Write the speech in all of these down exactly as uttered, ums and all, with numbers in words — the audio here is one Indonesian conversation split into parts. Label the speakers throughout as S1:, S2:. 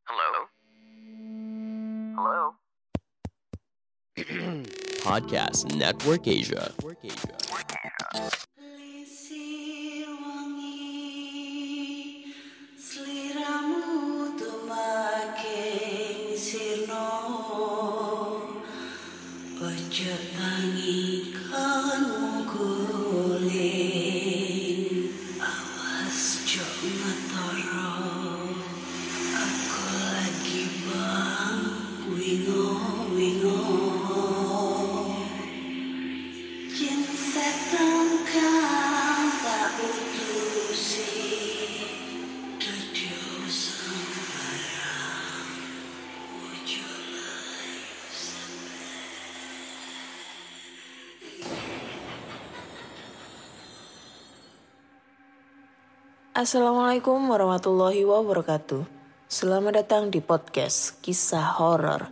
S1: Hello? Hello?
S2: Podcast Network Asia.
S3: Lisir wangi seliramu tumaking sirno ojo tangi kanmu guling awas jo ngetoro aku lagi bang wingo wingo yen setan kang tak utusi dadi sembarang ojo layu Assalamualaikum warahmatullahi wabarakatuh. Selamat datang di podcast Kisah Horor.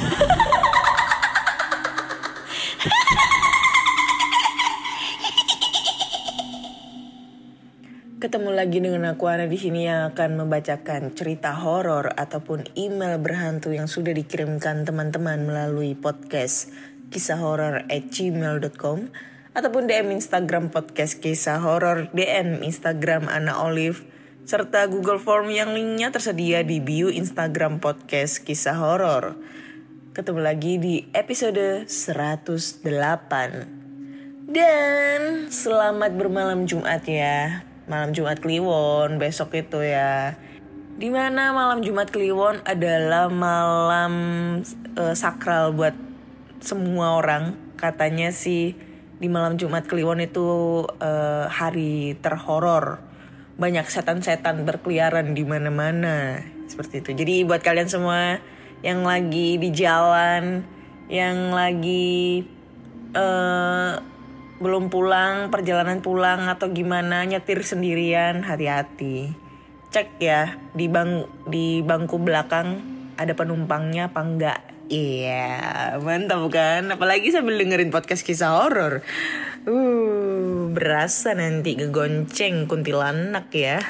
S3: Ketemu lagi dengan aku Ana di sini yang akan membacakan cerita horor ataupun email berhantu yang sudah dikirimkan teman-teman melalui podcast kisah horor at gmail dot com ataupun D M Instagram podcast kisah horor, D M Instagram Ana Olive, serta Google Form yang linknya tersedia di bio Instagram podcast kisah horor. Ketemu lagi di episode seratus delapan. Dan selamat bermalam Jumat ya. Malam Jumat Kliwon besok itu ya. Dimana malam Jumat Kliwon adalah malam uh, sakral buat semua orang. Katanya sih di malam Jumat Kliwon itu uh, hari terhoror. Banyak setan-setan berkeliaran di mana-mana. Seperti itu. Jadi buat kalian semua yang lagi di jalan, yang lagi uh, belum pulang, perjalanan pulang atau gimana, nyetir sendirian, hati-hati. Cek ya di bang di bangku belakang ada penumpangnya apa enggak. Iya, yeah, mantap kan? Apalagi sambil dengerin podcast kisah horor. Uh, berasa nanti ngegonceng kuntilanak ya.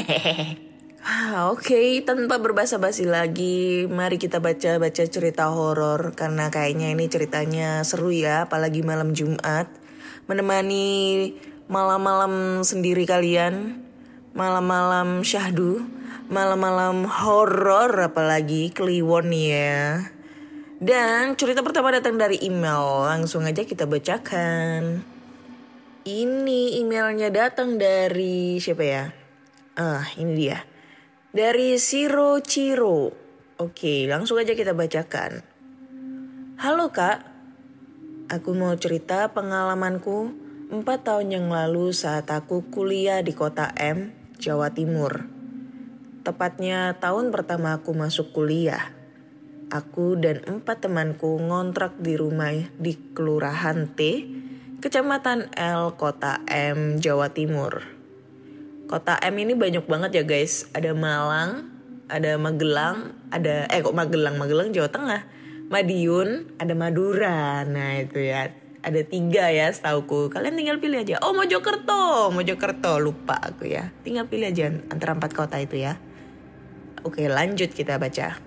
S3: Oke, okay, tanpa berbasa-basi lagi, mari kita baca-baca cerita horor karena kayaknya ini ceritanya seru ya, apalagi malam Jumat. Menemani malam-malam sendiri kalian, malam-malam syahdu, malam-malam horor apalagi Kliwon ya. Dan cerita pertama datang dari email, langsung aja kita bacakan. Ini emailnya datang dari siapa ya? Ah, ini dia. Dari Siro Ciro. Oke, langsung aja kita bacakan. Halo Kak. Aku mau cerita pengalamanku empat tahun yang lalu saat aku kuliah di kota M, Jawa Timur. Tepatnya tahun pertama aku masuk kuliah. Aku dan empat temanku ngontrak di rumah di Kelurahan T, Kecamatan L, Kota M, Jawa Timur. Kota M ini banyak banget ya guys. Ada Malang, ada Magelang, ada eh kok Magelang, Magelang Jawa Tengah. Madiun, ada Madura. Nah itu ya, ada tiga ya setauku. Kalian tinggal pilih aja. Oh Mojokerto, Mojokerto lupa aku ya. Tinggal pilih aja antara empat kota itu ya. Oke lanjut kita baca.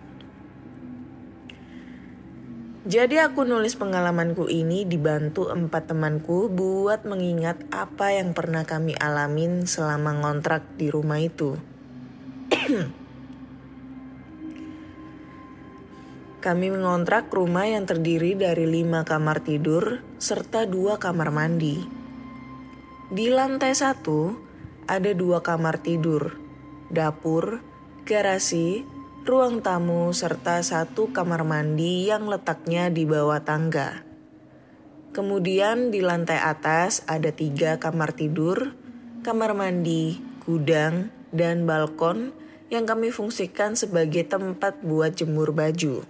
S3: Jadi aku nulis pengalamanku ini dibantu empat temanku buat mengingat apa yang pernah kami alamin selama ngontrak di rumah itu. Kami mengontrak rumah yang terdiri dari lima kamar tidur serta dua kamar mandi. Di lantai satu ada dua kamar tidur, dapur, garasi, ruang tamu serta satu kamar mandi yang letaknya di bawah tangga. Kemudian di lantai atas ada tiga kamar tidur, kamar mandi, gudang, dan balkon yang kami fungsikan sebagai tempat buat jemur baju.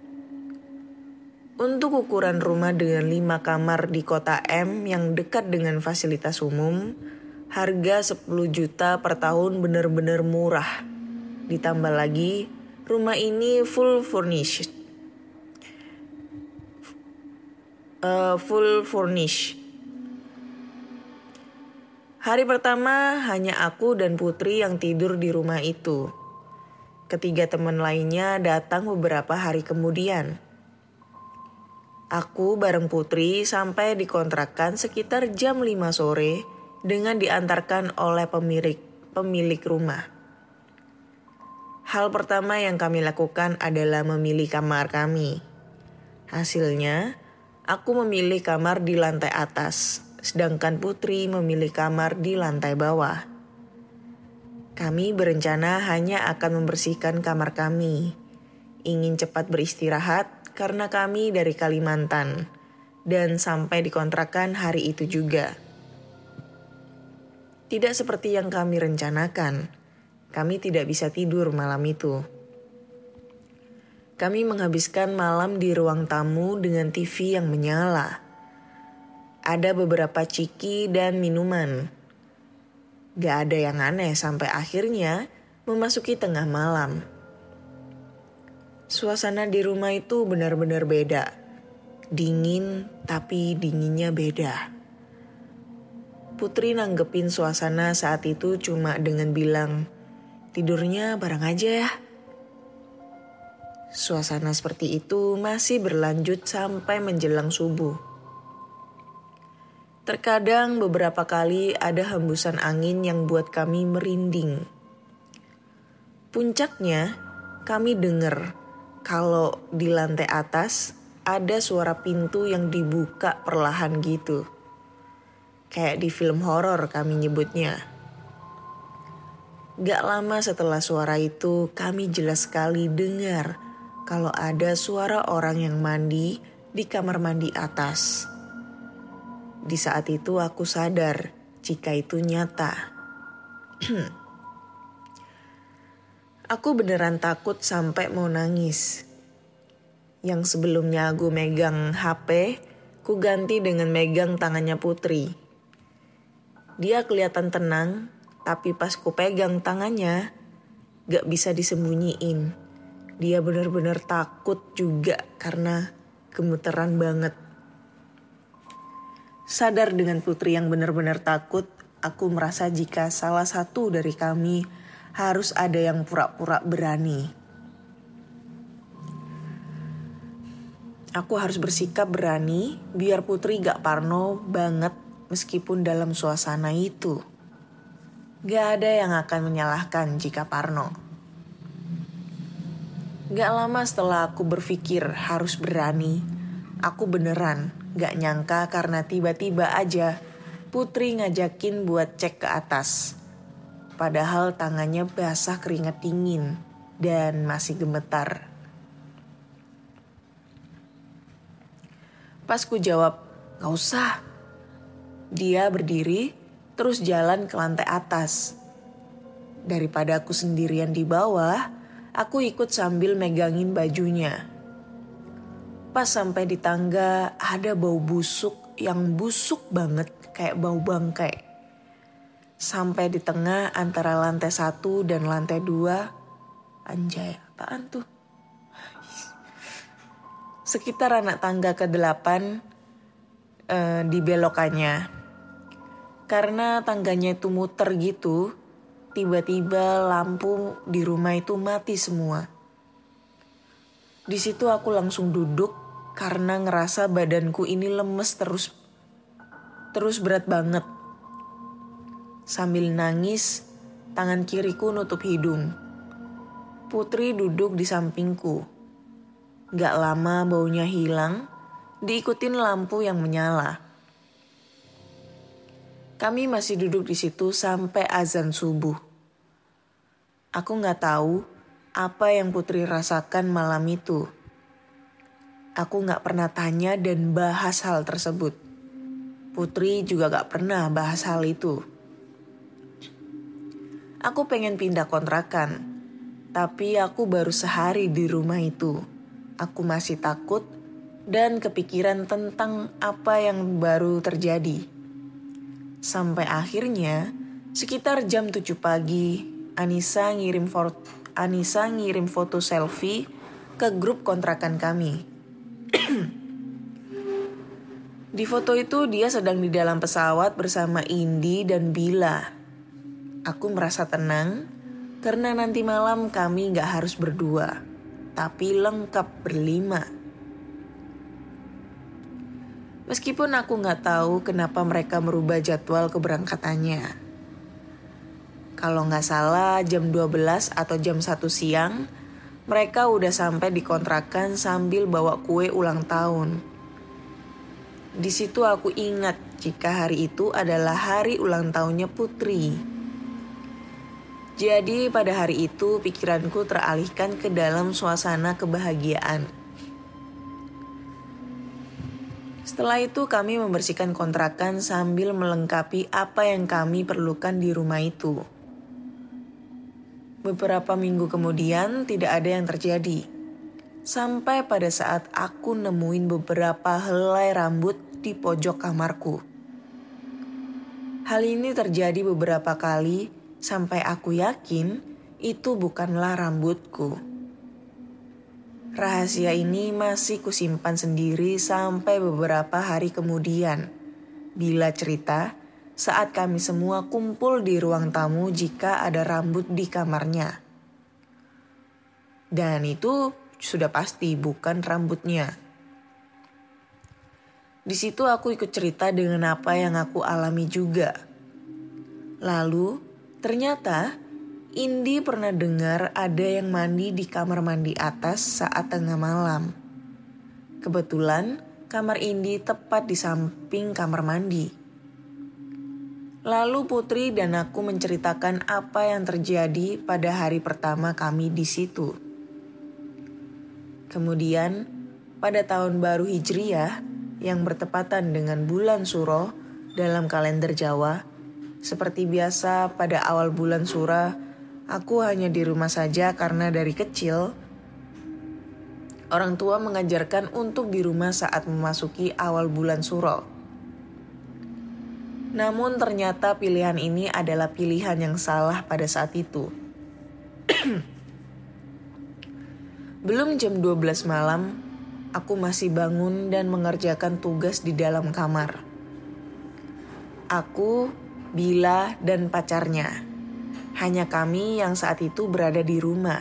S3: Untuk ukuran rumah dengan lima kamar di kota M yang dekat dengan fasilitas umum, harga sepuluh juta per tahun benar-benar murah. Ditambah lagi, rumah ini full furnished. Uh, full furnished. Hari pertama hanya aku dan Putri yang tidur di rumah itu. Ketiga teman lainnya datang beberapa hari kemudian. Aku bareng Putri sampai di kontrakan sekitar jam lima sore dengan diantarkan oleh pemilik, pemilik rumah. Hal pertama yang kami lakukan adalah memilih kamar kami. Hasilnya, aku memilih kamar di lantai atas, sedangkan Putri memilih kamar di lantai bawah. Kami berencana hanya akan membersihkan kamar kami. Ingin cepat beristirahat karena kami dari Kalimantan dan sampai di kontrakan hari itu juga. Tidak seperti yang kami rencanakan, kami tidak bisa tidur malam itu. Kami menghabiskan malam di ruang tamu dengan T V yang menyala. Ada beberapa ciki dan minuman. Gak ada yang aneh sampai akhirnya memasuki tengah malam. Suasana di rumah itu benar-benar beda. Dingin, tapi dinginnya beda. Putri nanggepin suasana saat itu cuma dengan bilang, tidurnya bareng aja ya. Suasana seperti itu masih berlanjut sampai menjelang subuh. Terkadang beberapa kali ada hembusan angin yang buat kami merinding. Puncaknya, kami dengar kalau di lantai atas ada suara pintu yang dibuka perlahan gitu. Kayak di film horor kami nyebutnya. Gak lama setelah suara itu kami jelas sekali dengar kalau ada suara orang yang mandi di kamar mandi atas. Di saat itu aku sadar jika itu nyata. Aku beneran takut sampai mau nangis. Yang sebelumnya aku megang H P, ku ganti dengan megang tangannya Putri. Dia kelihatan tenang, tapi pas ku pegang tangannya, gak bisa disembunyiin. Dia benar-benar takut juga karena gemeteran banget. Sadar dengan Putri yang benar-benar takut, aku merasa jika salah satu dari kami harus ada yang pura-pura berani. Aku harus bersikap berani biar Putri gak parno banget meskipun dalam suasana itu. Gak ada yang akan menyalahkan jika parno. Gak lama setelah aku berpikir harus berani, aku beneran gak nyangka karena tiba-tiba aja Putri ngajakin buat cek ke atas. Padahal tangannya basah keringat dingin dan masih gemetar. Pas ku jawab, gak usah. Dia berdiri terus jalan ke lantai atas. Daripada aku sendirian di bawah, aku ikut sambil megangin bajunya. Pas sampai di tangga ada bau busuk yang busuk banget kayak bau bangkai. Sampai di tengah antara lantai satu dan lantai dua, anjay apaan tuh? Sekitar anak tangga ke delapan eh, di belokannya. Karena tangganya itu muter gitu, tiba-tiba lampu di rumah itu mati semua. Di situ aku langsung duduk karena ngerasa badanku ini lemes terus, terus berat banget. Sambil nangis, tangan kiriku nutup hidung. Putri duduk di sampingku. Gak lama baunya hilang, diikutin lampu yang menyala. Kami masih duduk di situ sampai azan subuh. Aku gak tahu apa yang Putri rasakan malam itu. Aku gak pernah tanya dan bahas hal tersebut. Putri juga gak pernah bahas hal itu. Aku pengen pindah kontrakan, tapi aku baru sehari di rumah itu. Aku masih takut dan kepikiran tentang apa yang baru terjadi. Sampai akhirnya, sekitar jam tujuh pagi, Anissa ngirim foto, Anissa ngirim foto selfie ke grup kontrakan kami. Di foto itu dia sedang di dalam pesawat bersama Indi dan Bila. Aku merasa tenang Karena nanti malam kami gak harus berdua, tapi lengkap berlima. Meskipun aku gak tahu kenapa mereka merubah jadwal keberangkatannya. Kalau gak salah jam dua belas atau jam satu siang, mereka udah sampai di kontrakan sambil bawa kue ulang tahun. Di situ aku ingat jika hari itu adalah hari ulang tahunnya Putri. Jadi pada hari itu pikiranku teralihkan ke dalam suasana kebahagiaan. Setelah itu kami membersihkan kontrakan sambil melengkapi apa yang kami perlukan di rumah itu. Beberapa minggu kemudian tidak ada yang terjadi. Sampai pada saat aku nemuin beberapa helai rambut di pojok kamarku. Hal ini terjadi beberapa kali sampai aku yakin itu bukanlah rambutku. Rahasia ini masih kusimpan sendiri sampai beberapa hari kemudian. Bila cerita, saat kami semua kumpul di ruang tamu jika ada rambut di kamarnya. Dan itu sudah pasti bukan rambutnya. Di situ aku ikut cerita dengan apa yang aku alami juga. Lalu, ternyata Indi pernah dengar ada yang mandi di kamar mandi atas saat tengah malam. Kebetulan kamar Indi tepat di samping kamar mandi. Lalu Putri dan aku menceritakan apa yang terjadi pada hari pertama kami di situ. Kemudian pada tahun baru Hijriah yang bertepatan dengan bulan Suro dalam kalender Jawa, seperti biasa pada awal bulan Suro, aku hanya di rumah saja karena dari kecil orang tua mengajarkan untuk di rumah saat memasuki awal bulan Suro. Namun ternyata pilihan ini adalah pilihan yang salah pada saat itu. Belum jam dua belas malam, aku masih bangun dan mengerjakan tugas di dalam kamar. Aku, Bila, dan pacarnya. Hanya kami yang saat itu berada di rumah.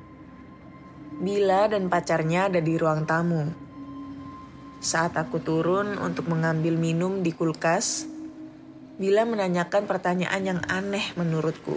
S3: Bila dan pacarnya ada di ruang tamu. Saat aku turun untuk mengambil minum di kulkas, Bila menanyakan pertanyaan yang aneh menurutku.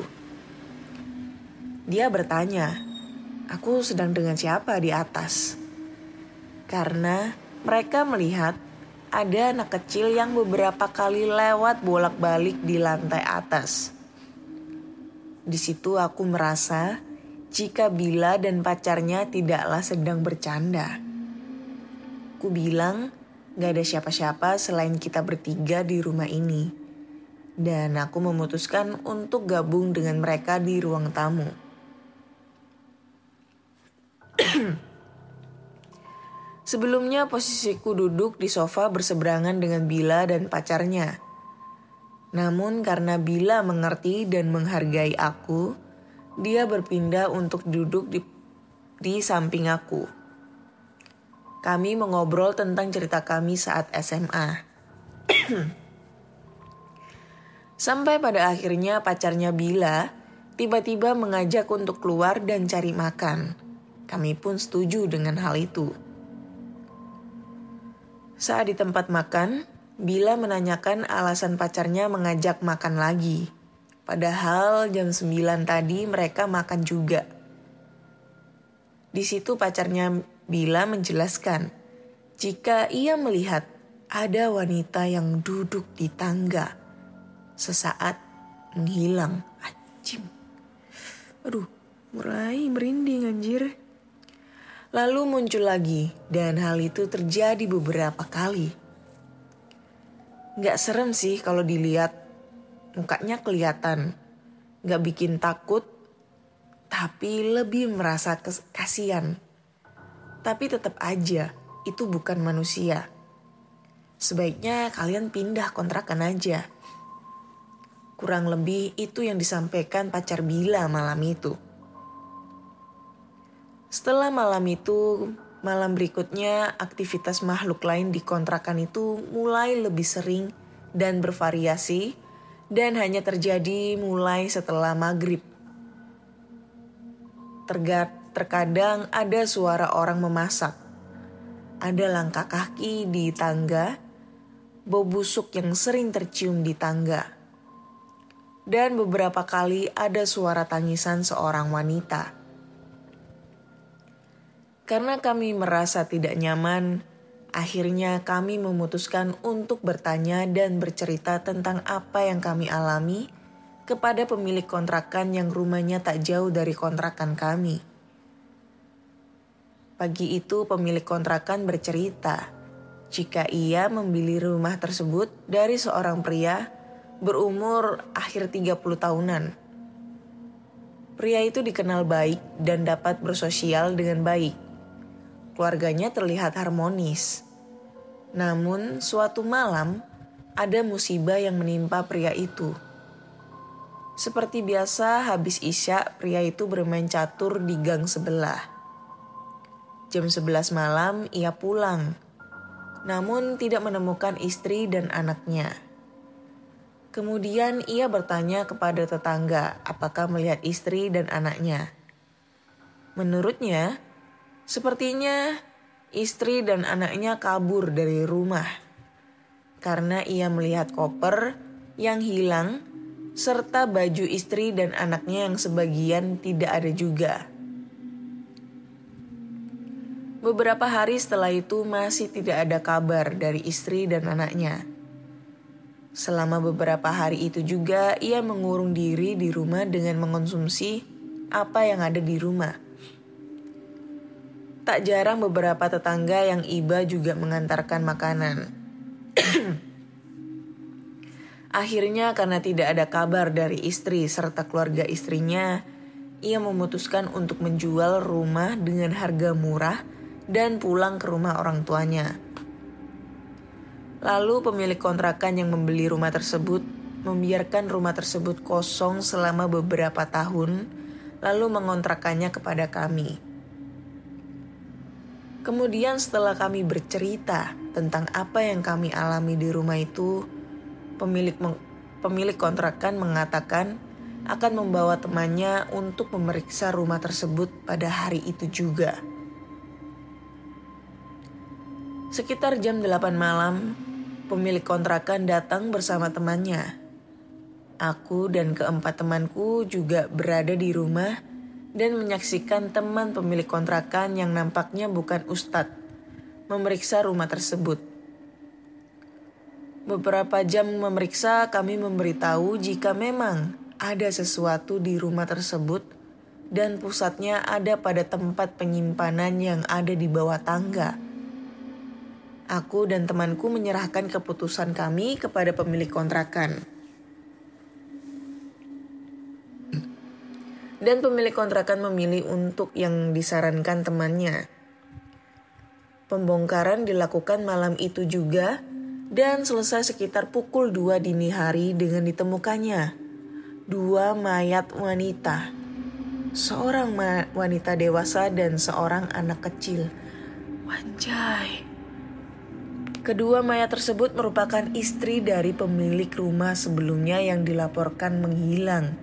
S3: Dia bertanya, aku sedang dengan siapa di atas? Karena mereka melihat ada anak kecil yang beberapa kali lewat bolak-balik di lantai atas. Di situ aku merasa jika Bila dan pacarnya tidaklah sedang bercanda. Ku bilang gak ada siapa-siapa selain kita bertiga di rumah ini. Dan aku memutuskan untuk gabung dengan mereka di ruang tamu. Sebelumnya posisiku duduk di sofa berseberangan dengan Bila dan pacarnya. Namun karena Bila mengerti dan menghargai aku, dia berpindah untuk duduk di, di samping aku. Kami mengobrol tentang cerita kami saat S M A. Sampai pada akhirnya pacarnya Bila tiba-tiba mengajak untuk keluar dan cari makan. Kami pun setuju dengan hal itu. Saat di tempat makan, Bila menanyakan alasan pacarnya mengajak makan lagi. Padahal jam sembilan tadi mereka makan juga. Di situ pacarnya Bila menjelaskan jika ia melihat ada wanita yang duduk di tangga. Sesaat menghilang. Anjing. Aduh, mulai merinding anjir. Lalu muncul lagi dan hal itu terjadi beberapa kali. Gak serem sih kalau dilihat. Mukanya kelihatan. Gak bikin takut. Tapi lebih merasa kasihan. Tapi tetap aja itu bukan manusia. Sebaiknya kalian pindah kontrakan aja. Kurang lebih itu yang disampaikan pacar Bila malam itu. Setelah malam itu, malam berikutnya aktivitas makhluk lain di kontrakan itu mulai lebih sering dan bervariasi dan hanya terjadi mulai setelah maghrib. Terga- terkadang ada suara orang memasak. Ada langkah kaki di tangga, bau busuk yang sering tercium di tangga. Dan beberapa kali ada suara tangisan seorang wanita. Karena kami merasa tidak nyaman, akhirnya kami memutuskan untuk bertanya dan bercerita tentang apa yang kami alami kepada pemilik kontrakan yang rumahnya tak jauh dari kontrakan kami. Pagi itu pemilik kontrakan bercerita jika ia membeli rumah tersebut dari seorang pria berumur akhir tiga puluh tahunan. Pria itu dikenal baik dan dapat bersosial dengan baik. Keluarganya terlihat harmonis. Namun suatu malam ada musibah yang menimpa pria itu. Seperti biasa habis isya pria itu bermain catur di gang sebelah. Jam sebelas malam ia pulang, namun tidak menemukan istri dan anaknya. Kemudian ia bertanya kepada tetangga apakah melihat istri dan anaknya. Menurutnya, sepertinya istri dan anaknya kabur dari rumah karena ia melihat koper yang hilang serta baju istri dan anaknya yang sebagian tidak ada juga. Beberapa hari setelah itu masih tidak ada kabar dari istri dan anaknya. Selama beberapa hari itu juga ia mengurung diri di rumah dengan mengonsumsi apa yang ada di rumah. Tak jarang beberapa tetangga yang iba juga mengantarkan makanan. Akhirnya karena tidak ada kabar dari istri serta keluarga istrinya, ia memutuskan untuk menjual rumah dengan harga murah dan pulang ke rumah orang tuanya. Lalu pemilik kontrakan yang membeli rumah tersebut membiarkan rumah tersebut kosong selama beberapa tahun, lalu mengontrakkannya kepada kami. Kemudian setelah kami bercerita tentang apa yang kami alami di rumah itu, pemilik pemilik kontrakan mengatakan akan membawa temannya untuk memeriksa rumah tersebut pada hari itu juga. Sekitar jam delapan malam, pemilik kontrakan datang bersama temannya. Aku dan keempat temanku juga berada di rumah dan menyaksikan teman pemilik kontrakan yang nampaknya bukan ustadz memeriksa rumah tersebut. Beberapa jam memeriksa, kami memberitahu jika memang ada sesuatu di rumah tersebut dan pusatnya ada pada tempat penyimpanan yang ada di bawah tangga. Aku dan temanku menyerahkan keputusan kami kepada pemilik kontrakan. Dan pemilik kontrakan memilih untuk yang disarankan temannya. Pembongkaran dilakukan malam itu juga dan selesai sekitar pukul dua dini hari dengan ditemukannya dua mayat wanita. Seorang ma- wanita dewasa dan seorang anak kecil. Wanjay. Kedua mayat tersebut merupakan istri dari pemilik rumah sebelumnya yang dilaporkan menghilang.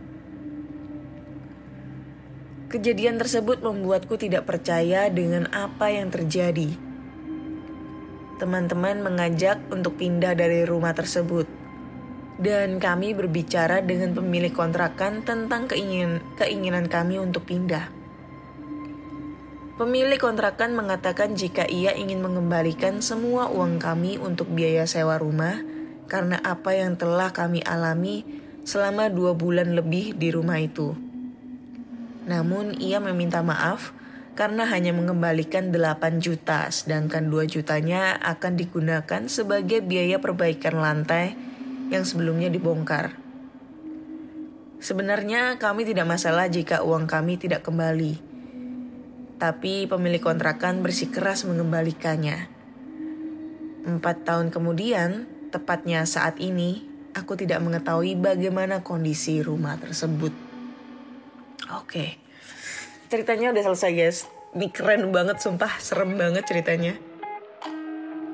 S3: Kejadian tersebut membuatku tidak percaya dengan apa yang terjadi. Teman-teman mengajak untuk pindah dari rumah tersebut. Dan kami berbicara dengan pemilik kontrakan tentang keinginan, keinginan kami untuk pindah. Pemilik kontrakan mengatakan jika ia ingin mengembalikan semua uang kami untuk biaya sewa rumah karena apa yang telah kami alami selama dua bulan lebih di rumah itu. Namun ia meminta maaf karena hanya mengembalikan delapan juta sedangkan dua jutanya akan digunakan sebagai biaya perbaikan lantai yang sebelumnya dibongkar. Sebenarnya kami tidak masalah jika uang kami tidak kembali. Tapi pemilik kontrakan bersikeras mengembalikannya. Empat tahun kemudian, tepatnya saat ini, aku tidak mengetahui bagaimana kondisi rumah tersebut. Oke, ceritanya udah selesai guys. Ini keren banget, sumpah serem banget ceritanya.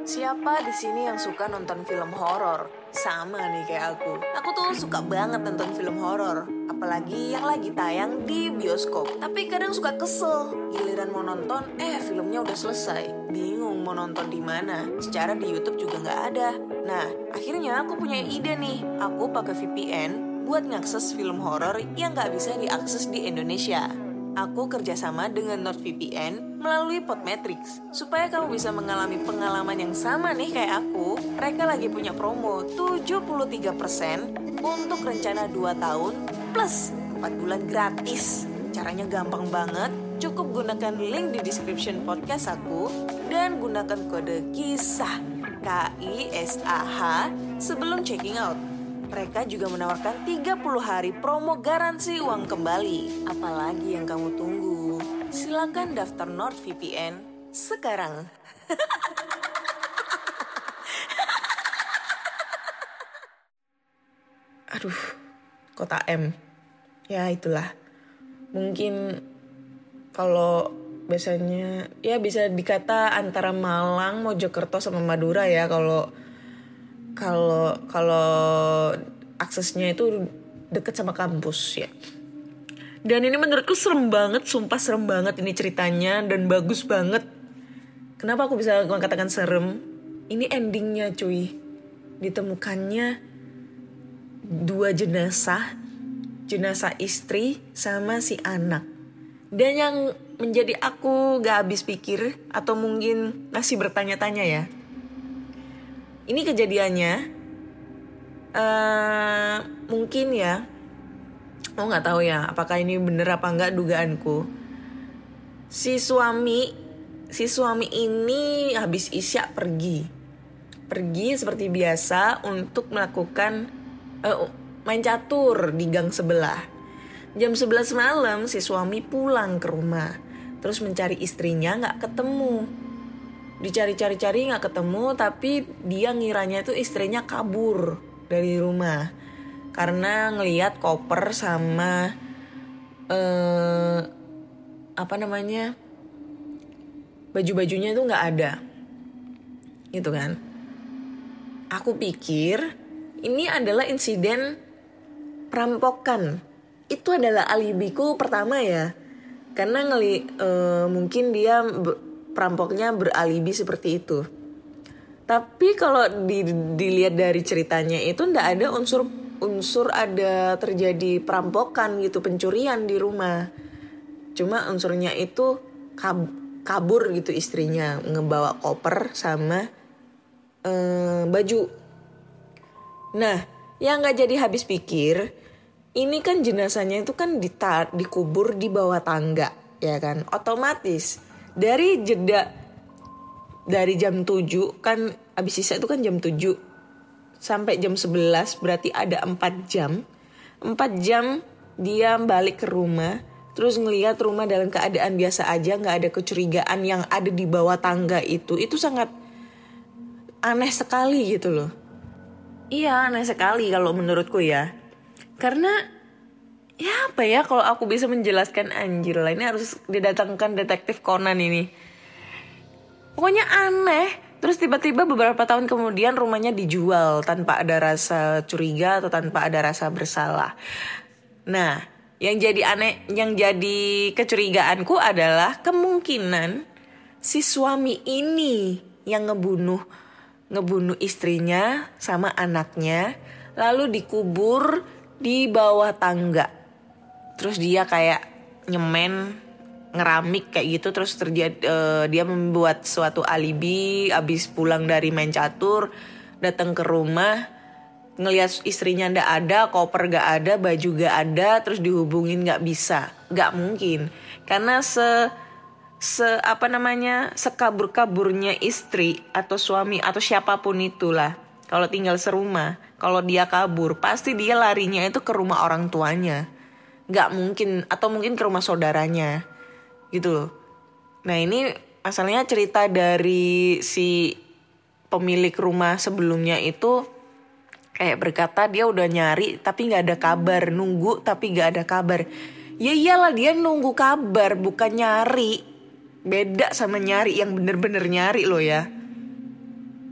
S3: Siapa di sini yang suka nonton film horor? Sama nih kayak aku. Aku tuh suka banget nonton film horor, apalagi yang lagi tayang di bioskop. Tapi kadang suka kesel, giliran mau nonton, eh filmnya udah selesai. Bingung mau nonton di mana. Secara di YouTube juga nggak ada. Nah, akhirnya aku punya ide nih. Aku pakai V P N buat ngakses film horor yang nggak bisa diakses di Indonesia. Aku kerjasama dengan NordVPN melalui Podmetrics supaya kamu bisa mengalami pengalaman yang sama nih kayak aku. Mereka lagi punya promo tujuh puluh tiga persen untuk rencana dua tahun plus empat bulan gratis. Caranya gampang banget. Cukup gunakan link di description podcast aku dan gunakan kode KISAH K I S A H sebelum checking out. Mereka juga menawarkan tiga puluh hari promo garansi uang kembali. Apalagi yang kamu tunggu? Silakan daftar NordVPN sekarang. Aduh, kota M. Ya itulah. Mungkin kalau biasanya ya bisa dikata antara Malang, Mojokerto sama Madura ya kalau Kalau kalau aksesnya itu deket sama kampus ya. Dan ini menurutku serem banget, sumpah serem banget ini ceritanya dan bagus banget. Kenapa aku bisa mengatakan serem? Ini endingnya cuy. Ditemukannya dua jenazah, jenazah istri sama si anak. Dan yang menjadi aku gak habis pikir atau mungkin masih bertanya-tanya ya. Ini kejadiannya uh, mungkin ya, aku nggak tahu ya, apakah ini bener apa nggak dugaanku. Si suami, si suami ini habis isya pergi, pergi seperti biasa untuk melakukan uh, main catur di gang sebelah. Jam sebelas malam si suami pulang ke rumah, terus mencari istrinya nggak ketemu. Dicari-cari-cari gak ketemu, tapi dia ngiranya itu istrinya kabur dari rumah karena ngelihat koper sama eh, apa namanya baju-bajunya itu gak ada gitu kan. Aku pikir ini adalah insiden perampokan. Itu adalah alibiku pertama ya, karena ngeli eh, mungkin dia be- perampoknya beralibi seperti itu. Tapi kalau di, dilihat dari ceritanya itu ndak ada unsur unsur ada terjadi perampokan gitu, pencurian di rumah. Cuma unsurnya itu kab, kabur gitu istrinya, ngebawa koper sama eh, baju. Nah, yang nggak jadi habis pikir, ini kan jenazahnya itu kan ditar, dikubur di bawah tangga, ya kan? Otomatis dari jeda dari jam tujuh kan habis sisa itu kan jam tujuh sampai jam sebelas berarti ada empat jam. empat jam dia balik ke rumah terus ngelihat rumah dalam keadaan biasa aja, enggak ada kecurigaan yang ada di bawah tangga itu. Itu sangat aneh sekali gitu loh. Iya, aneh sekali kalau menurutku ya. Karena ya apa ya kalau aku bisa menjelaskan, anjir lah ini harus didatangkan detektif Conan ini. Pokoknya aneh. Terus tiba-tiba beberapa tahun kemudian rumahnya dijual tanpa ada rasa curiga atau tanpa ada rasa bersalah. Nah, yang jadi aneh, yang jadi kecurigaanku adalah kemungkinan si suami ini yang ngebunuh ngebunuh istrinya sama anaknya lalu dikubur di bawah tangga. Terus dia kayak nyemen, ngeramik kayak gitu, terus terjadi uh, dia membuat suatu alibi abis pulang dari main catur, datang ke rumah, ngelihat istrinya ndak ada, koper gak ada, baju gak ada, terus dihubungin gak bisa, gak mungkin, karena se se apa namanya sekabur-kaburnya istri atau suami atau siapapun itulah, kalau tinggal serumah, kalau dia kabur pasti dia larinya itu ke rumah orang tuanya. Gak mungkin, atau mungkin ke rumah saudaranya gitu loh. Nah ini asalnya cerita dari si pemilik rumah sebelumnya itu kayak berkata dia udah nyari tapi gak ada kabar, nunggu tapi gak ada kabar. Ya iyalah dia nunggu kabar bukan nyari. Beda sama nyari yang bener-bener nyari loh ya.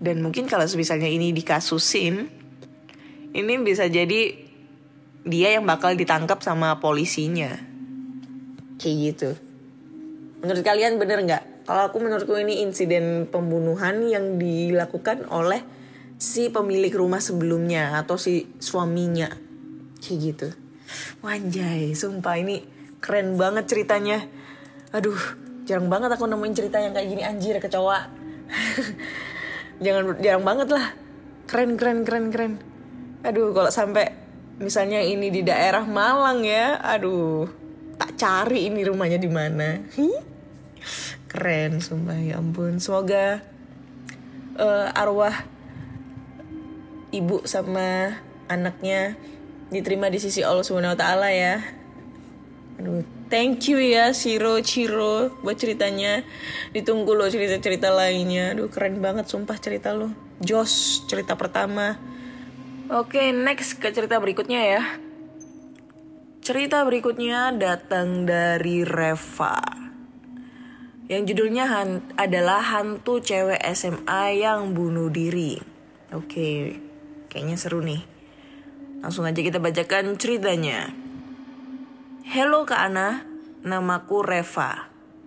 S3: Dan mungkin kalau misalnya ini dikasusin, ini bisa jadi dia yang bakal ditangkap sama polisinya. Kayak gitu. Menurut kalian bener gak? Kalau aku menurutku ini insiden pembunuhan yang dilakukan oleh si pemilik rumah sebelumnya atau si suaminya. Kayak gitu. Wanjay, sumpah ini keren banget ceritanya. Aduh, jarang banget aku nemuin cerita yang kayak gini, anjir kecoa. Jangan jarang banget lah. Keren keren keren keren. Aduh, kalau sampai misalnya ini di daerah Malang ya, aduh, tak cari ini rumahnya di mana. Keren, sumpah, ya ampun. Semoga uh, arwah ibu sama anaknya diterima di sisi Allah Subhanahu Wa Taala ya. Aduh, thank you ya Shiro Chiro buat ceritanya. Ditunggu lo cerita-cerita lainnya. Aduh, keren banget sumpah cerita lo. Jos cerita pertama. Oke, next ke cerita berikutnya ya. Cerita berikutnya datang dari Reva. Yang judulnya han- adalah Hantu Cewek S M A yang Bunuh Diri. Oke, kayaknya seru nih. Langsung aja kita bacakan ceritanya. Halo Kak Ana, namaku Reva.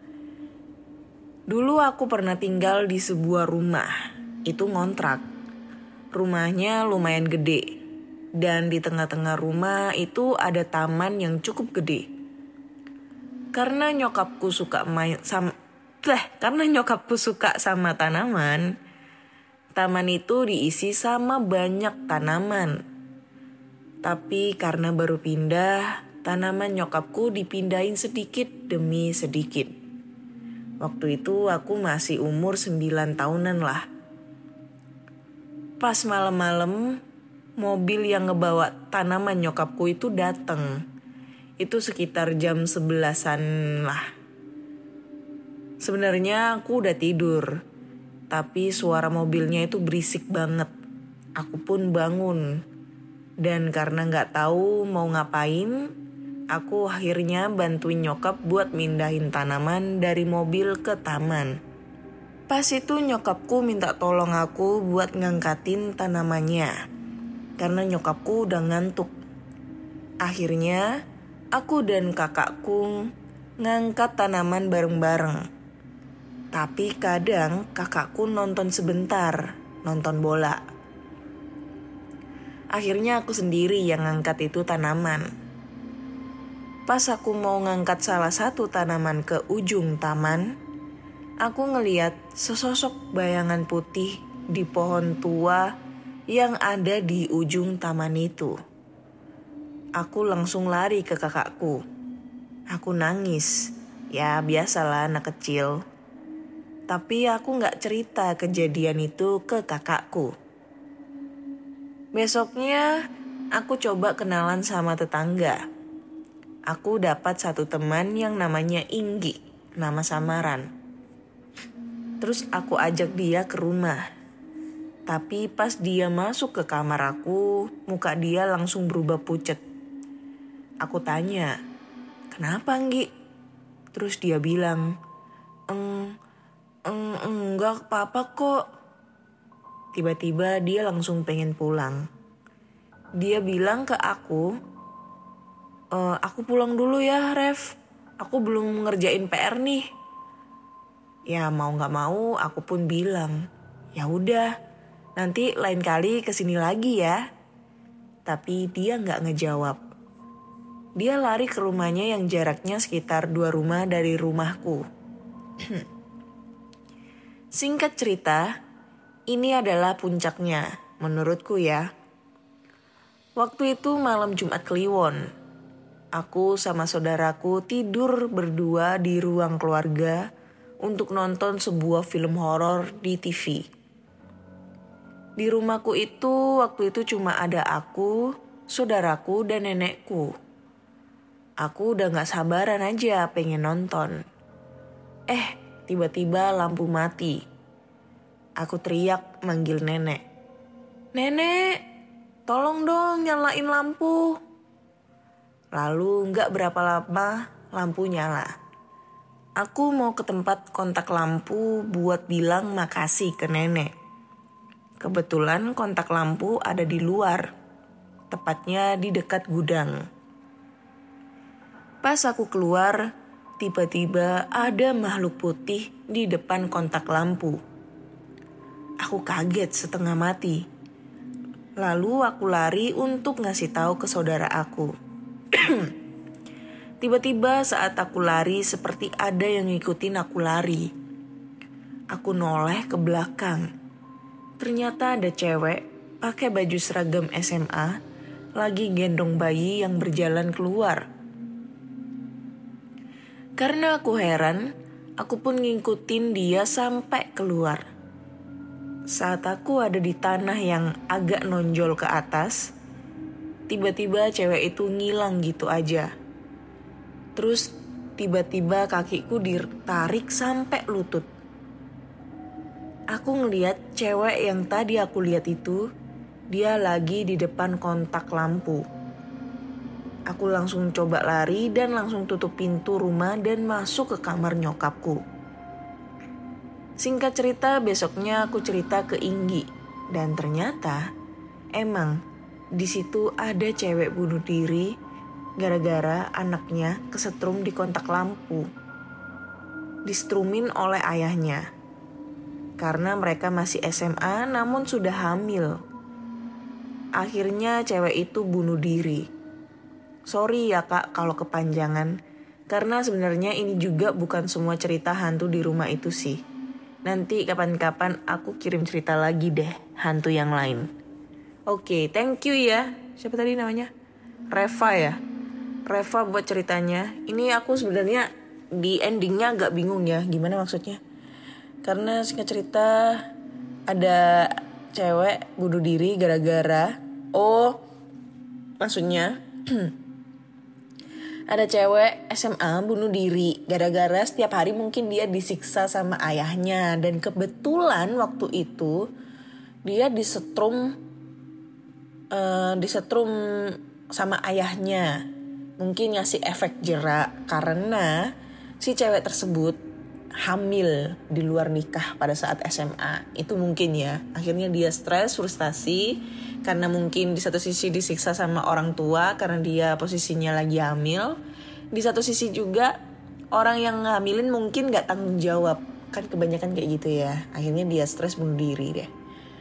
S3: Dulu aku pernah tinggal di sebuah rumah, itu ngontrak. Rumahnya lumayan gede, dan di tengah-tengah rumah itu ada taman yang cukup gede. Karena nyokapku suka main sama, bleh, karena nyokapku suka sama tanaman, taman itu diisi sama banyak tanaman. Tapi karena baru pindah, tanaman nyokapku dipindahin sedikit demi sedikit. Waktu itu aku masih umur sembilan tahunan lah. Pas malam-malam, mobil yang ngebawa tanaman nyokapku itu dateng. Itu sekitar jam sebelasan lah. Sebenarnya aku udah tidur, tapi suara mobilnya itu berisik banget. Aku pun bangun. Dan karena gak tahu mau ngapain, aku akhirnya bantuin nyokap buat mindahin tanaman dari mobil ke taman. Pas itu nyokapku minta tolong aku buat ngangkatin tanamannya. Karena nyokapku udah ngantuk. Akhirnya aku dan kakakku ngangkat tanaman bareng-bareng. Tapi kadang kakakku nonton sebentar, nonton bola. Akhirnya aku sendiri yang ngangkat itu tanaman. Pas aku mau ngangkat salah satu tanaman ke ujung taman, aku ngeliat sesosok bayangan putih di pohon tua yang ada di ujung taman itu. Aku langsung lari ke kakakku. Aku nangis, ya biasalah anak kecil. Tapi aku gak cerita kejadian itu ke kakakku. Besoknya aku coba kenalan sama tetangga. Aku dapat satu teman yang namanya Inggi, nama samaran. Terus aku ajak dia ke rumah. Tapi pas dia masuk ke kamar aku, muka dia langsung berubah pucet. Aku tanya, kenapa Nggi? Terus dia bilang, eng, eng, enggak apa-apa kok. Tiba-tiba dia langsung pengen pulang. Dia bilang ke aku, e, aku pulang dulu ya Rev. Aku belum ngerjain P R nih. Ya mau gak mau aku pun bilang, ya udah, nanti lain kali kesini lagi ya. Tapi dia gak ngejawab. Dia lari ke rumahnya yang jaraknya sekitar dua rumah dari rumahku. Singkat cerita, ini adalah puncaknya menurutku ya. Waktu itu malam Jumat Kliwon. Aku sama saudaraku tidur berdua di ruang keluarga untuk nonton sebuah film horor di T V. Di rumahku itu waktu itu cuma ada aku, saudaraku dan nenekku. Aku udah gak sabaran aja pengen nonton. Eh, tiba-tiba lampu mati. Aku teriak manggil nenek. Nenek, tolong dong nyalain lampu. Lalu gak berapa lama lampu nyala. Aku mau ke tempat kontak lampu buat bilang makasih ke nenek. Kebetulan kontak lampu ada di luar, tepatnya di dekat gudang. Pas aku keluar, tiba-tiba ada makhluk putih di depan kontak lampu. Aku kaget setengah mati. Lalu aku lari untuk ngasih tahu ke saudara aku. Tiba-tiba saat aku lari seperti ada yang ngikutin aku lari. Aku noleh ke belakang. Ternyata ada cewek pakai baju seragam S M A lagi gendong bayi yang berjalan keluar. Karena aku heran, aku pun ngikutin dia sampai keluar. Saat aku ada di tanah yang agak nonjol ke atas, tiba-tiba cewek itu ngilang gitu aja. Terus tiba-tiba kakiku ditarik sampai lutut. Aku ngeliat cewek yang tadi aku lihat itu, dia lagi di depan kontak lampu. Aku langsung coba lari dan langsung tutup pintu rumah dan masuk ke kamar nyokapku. Singkat cerita, besoknya aku cerita ke Inggi. Dan ternyata emang di situ ada cewek bunuh diri gara-gara anaknya kesetrum di kontak lampu. Disetrumin oleh ayahnya. Karena mereka masih S M A namun sudah hamil. Akhirnya cewek itu bunuh diri. Sorry ya kak kalau kepanjangan. Karena sebenarnya ini juga bukan semua cerita hantu di rumah itu sih. Nanti kapan-kapan aku kirim cerita lagi deh hantu yang lain. Oke, thank you ya. Siapa tadi namanya? Reva ya. Reva buat ceritanya. Ini aku sebenarnya di endingnya agak bingung ya. Gimana maksudnya? Karena singkat cerita ada cewek bunuh diri gara-gara oh maksudnya ada cewek S M A bunuh diri gara-gara setiap hari mungkin dia disiksa sama ayahnya. Dan kebetulan waktu itu dia disetrum uh, disetrum sama ayahnya. Mungkin ngasih efek jerak karena si cewek tersebut hamil di luar nikah pada saat S M A. Itu mungkin ya. Akhirnya dia stres, frustasi karena mungkin di satu sisi disiksa sama orang tua karena dia posisinya lagi hamil. Di satu sisi juga orang yang ngamilin mungkin gak tanggung jawab. Kan kebanyakan kayak gitu ya. Akhirnya dia stres bunuh diri deh.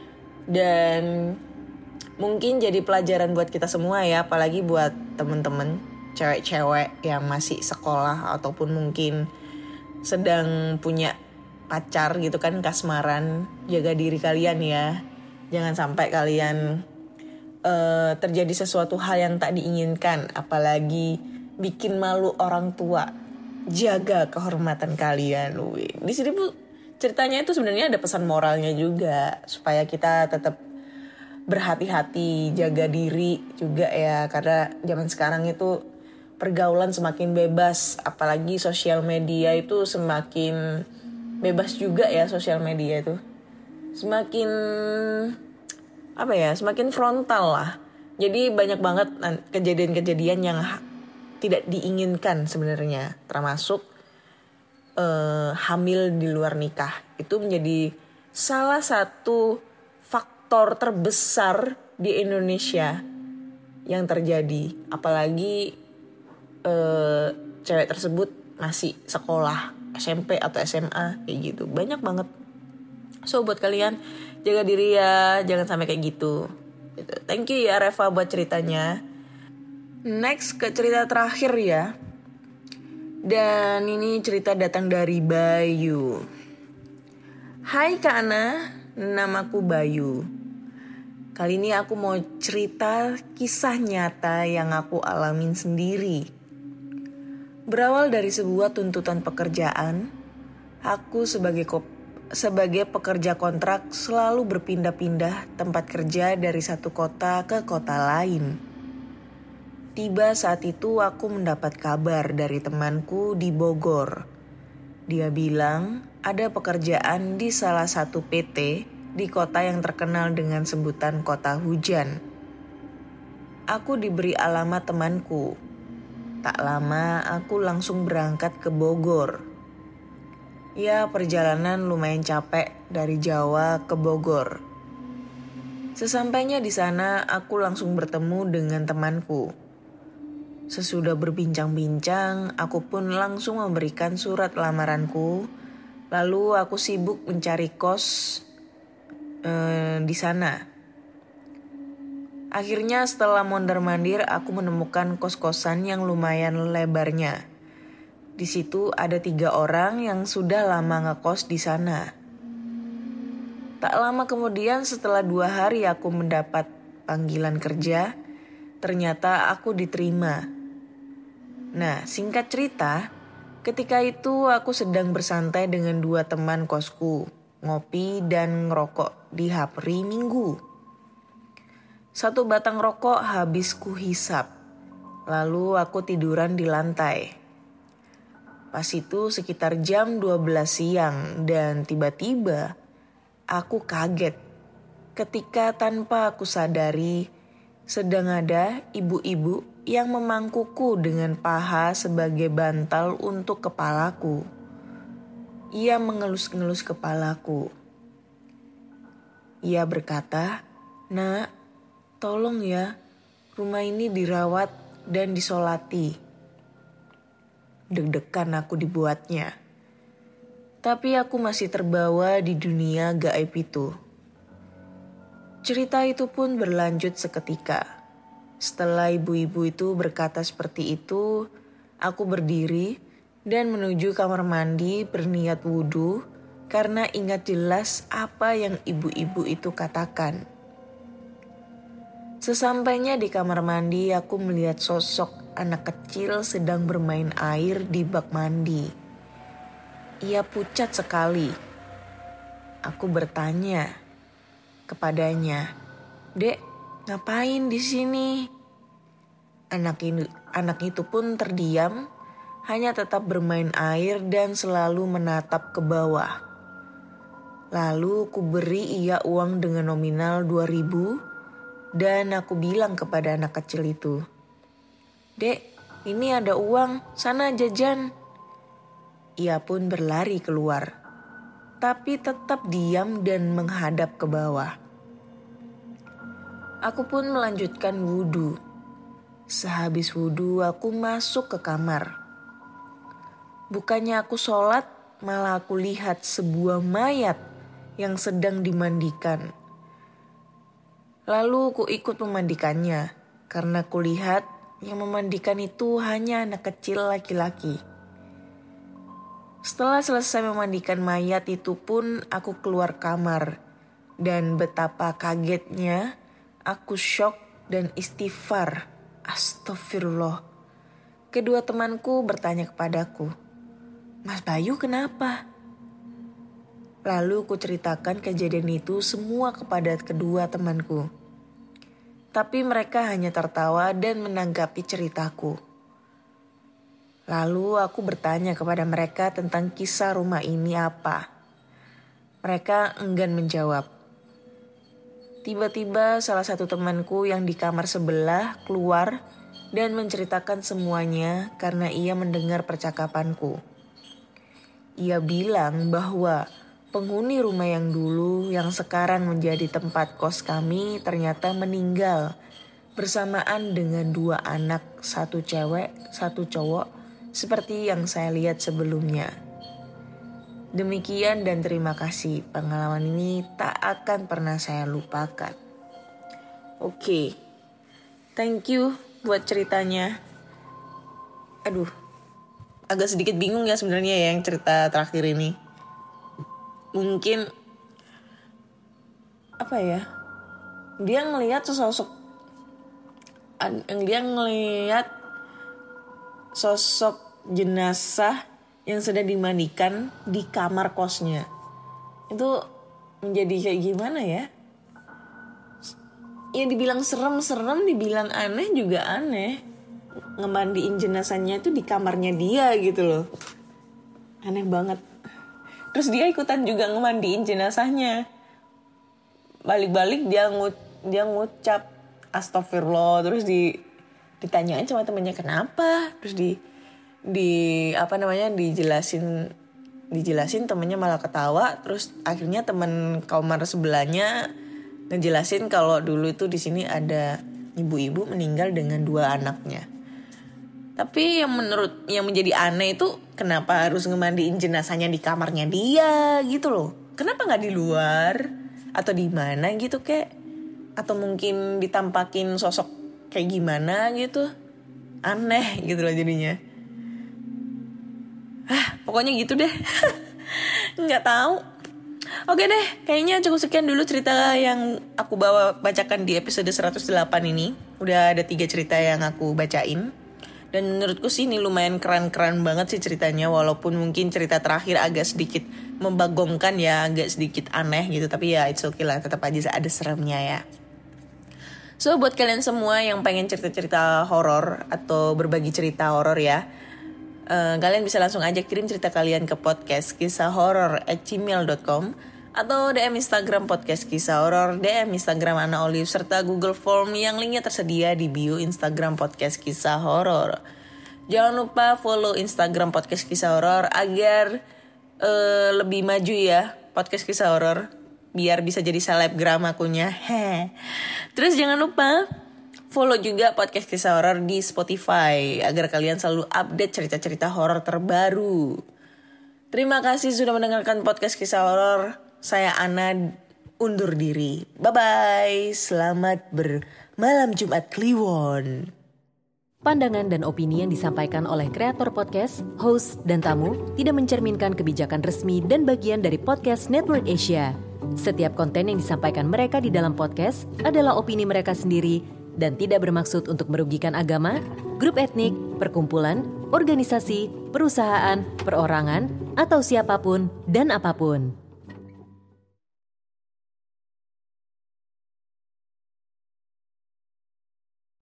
S3: Dan mungkin jadi pelajaran buat kita semua ya. Apalagi buat temen-temen cewek-cewek yang masih sekolah ataupun mungkin sedang punya pacar gitu kan, kasmaran. Jaga diri kalian ya. Jangan sampai kalian uh, terjadi sesuatu hal yang tak diinginkan. Apalagi bikin malu orang tua. Jaga kehormatan kalian. Wih. Di sini bu ceritanya itu sebenarnya ada pesan moralnya juga. Supaya kita tetap berhati-hati, jaga diri juga ya. Karena zaman sekarang itu pergaulan semakin bebas, apalagi sosial media itu semakin bebas juga ya. Sosial media itu semakin apa ya, semakin frontal lah. Jadi banyak banget kejadian-kejadian yang tidak diinginkan sebenarnya, termasuk eh, hamil di luar nikah. Itu menjadi salah satu faktor terbesar di Indonesia yang terjadi, apalagi Uh, cewek tersebut masih sekolah S M P atau S M A kayak gitu. Banyak banget. So buat kalian jaga diri ya, jangan sampai kayak gitu. gitu. Thank you ya Reva buat ceritanya. Next ke cerita terakhir ya. Dan ini cerita datang dari Bayu. Hai Kak Ana, namaku Bayu. Kali ini aku mau cerita kisah nyata yang aku alamin sendiri. Berawal dari sebuah tuntutan pekerjaan, aku sebagai ko- sebagai pekerja kontrak selalu berpindah-pindah tempat kerja dari satu kota ke kota lain. Tiba saat itu aku mendapat kabar dari temanku di Bogor. Dia bilang ada pekerjaan di salah satu P T di kota yang terkenal dengan sebutan kota hujan. Aku diberi alamat temanku. Tak lama aku langsung berangkat ke Bogor. Ya perjalanan lumayan capek dari Jawa ke Bogor. Sesampainya di sana, aku langsung bertemu dengan temanku. Sesudah berbincang-bincang, aku pun langsung memberikan surat lamaranku. Lalu aku sibuk mencari kos eh, di sana. Akhirnya setelah mondar-mandir, aku menemukan kos-kosan yang lumayan lebarnya. Di situ ada tiga orang yang sudah lama ngekos di sana. Tak lama kemudian setelah dua hari aku mendapat panggilan kerja, ternyata aku diterima. Nah, singkat cerita, ketika itu aku sedang bersantai dengan dua teman kosku, ngopi dan ngerokok di hari Minggu. Satu batang rokok habis kuhisap, lalu aku tiduran di lantai. Pas itu sekitar jam dua belas siang dan tiba-tiba aku kaget ketika tanpa aku sadari sedang ada ibu-ibu yang memangkuku dengan paha sebagai bantal untuk kepalaku. Ia mengelus-ngelus kepalaku. Ia berkata, "Nak, tolong ya, rumah ini dirawat dan disolati." Deg-degan aku dibuatnya. Tapi aku masih terbawa di dunia gaib itu. Cerita itu pun berlanjut seketika. Setelah ibu-ibu itu berkata seperti itu, aku berdiri dan menuju kamar mandi berniat wudhu karena ingat jelas apa yang ibu-ibu itu katakan. Sesampainya di kamar mandi, aku melihat sosok anak kecil sedang bermain air di bak mandi. Ia pucat sekali. Aku bertanya kepadanya, "Dek, ngapain di sini?" Anak ini, anak itu pun terdiam, hanya tetap bermain air dan selalu menatap ke bawah. Lalu ku beri ia uang dengan nominal dua ribu dan aku bilang kepada anak kecil itu, "Dek, ini ada uang, sana jajan." Ia pun berlari keluar, tapi tetap diam dan menghadap ke bawah. Aku pun melanjutkan wudhu. Sehabis wudhu aku masuk ke kamar. Bukannya aku sholat, malah aku lihat sebuah mayat yang sedang dimandikan. Lalu ku ikut memandikannya, karena ku lihat yang memandikan itu hanya anak kecil laki-laki. Setelah selesai memandikan mayat itu pun aku keluar kamar. Dan betapa kagetnya aku syok dan istighfar. Astagfirullah. Kedua temanku bertanya kepadaku, "Mas Bayu kenapa?" Lalu ku ceritakan kejadian itu semua kepada kedua temanku. Tapi mereka hanya tertawa dan menanggapi ceritaku. Lalu aku bertanya kepada mereka tentang kisah rumah ini apa. Mereka enggan menjawab. Tiba-tiba salah satu temanku yang di kamar sebelah keluar dan menceritakan semuanya karena ia mendengar percakapanku. Ia bilang bahwa penghuni rumah yang dulu yang sekarang menjadi tempat kos kami ternyata meninggal bersamaan dengan dua anak, satu cewek, satu cowok, seperti yang saya lihat sebelumnya. Demikian dan terima kasih, pengalaman ini tak akan pernah saya lupakan. Oke, okay. Thank you buat ceritanya. Aduh, agak sedikit bingung ya sebenarnya ya yang cerita terakhir ini. Mungkin apa ya? Dia ngelihat sosok, dia ngelihat sosok jenazah yang sedang dimandikan di kamar kosnya. Itu menjadi kayak gimana ya? Ya dibilang serem-serem, dibilang aneh juga aneh. Ngemandiin jenazahnya itu di kamarnya dia gitu loh. Aneh banget. Terus dia ikutan juga ngemandiin jenazahnya. Balik-balik dia ngu, dia ngucap astagfirullah, terus di ditanyain sama temennya kenapa, terus di di apa namanya dijelasin dijelasin temennya malah ketawa. Terus akhirnya temen kamar sebelahnya ngejelasin kalau dulu itu di sini ada ibu-ibu meninggal dengan dua anaknya. Tapi yang menurut yang menjadi aneh itu kenapa harus ngemandiin jenazahnya di kamarnya dia gitu loh. Kenapa nggak di luar atau di mana gitu kek? Atau mungkin ditampakin sosok kayak gimana gitu. Aneh gitu loh jadinya. Hah, pokoknya gitu deh. Nggak tahu. Oke deh, kayaknya cukup sekian dulu cerita yang aku bawa bacakan di episode seratus delapan ini. Udah ada tiga cerita yang aku bacain. Dan menurutku sih ini lumayan keren-keren banget sih ceritanya. Walaupun mungkin cerita terakhir agak sedikit membagongkan ya, agak sedikit aneh gitu. Tapi ya it's okay lah, tetap aja ada seremnya ya. So buat kalian semua yang pengen cerita-cerita horor atau berbagi cerita horor ya, uh, kalian bisa langsung aja kirim cerita kalian ke podcast kisah horor at gmail dot com atau D M Instagram podcast kisah horor, D M Instagram Ana Olive, serta Google Form yang linknya tersedia di bio Instagram podcast kisah horor. Jangan lupa follow Instagram podcast kisah horor agar uh, lebih maju ya podcast kisah horor, biar bisa jadi selebgram akunya. Terus jangan lupa follow juga podcast kisah horor di Spotify agar kalian selalu update cerita-cerita horor terbaru. Terima kasih sudah mendengarkan podcast kisah horor. Saya Ana undur diri. Bye-bye. Selamat bermalam Jumat Kliwon.
S4: Pandangan dan opini yang disampaikan oleh kreator podcast, host, dan tamu tidak mencerminkan kebijakan resmi dan bagian dari Podcast Network Asia. Setiap konten yang disampaikan mereka di dalam podcast adalah opini mereka sendiri dan tidak bermaksud untuk merugikan agama, grup etnik, perkumpulan, organisasi, perusahaan, perorangan, atau siapapun dan apapun.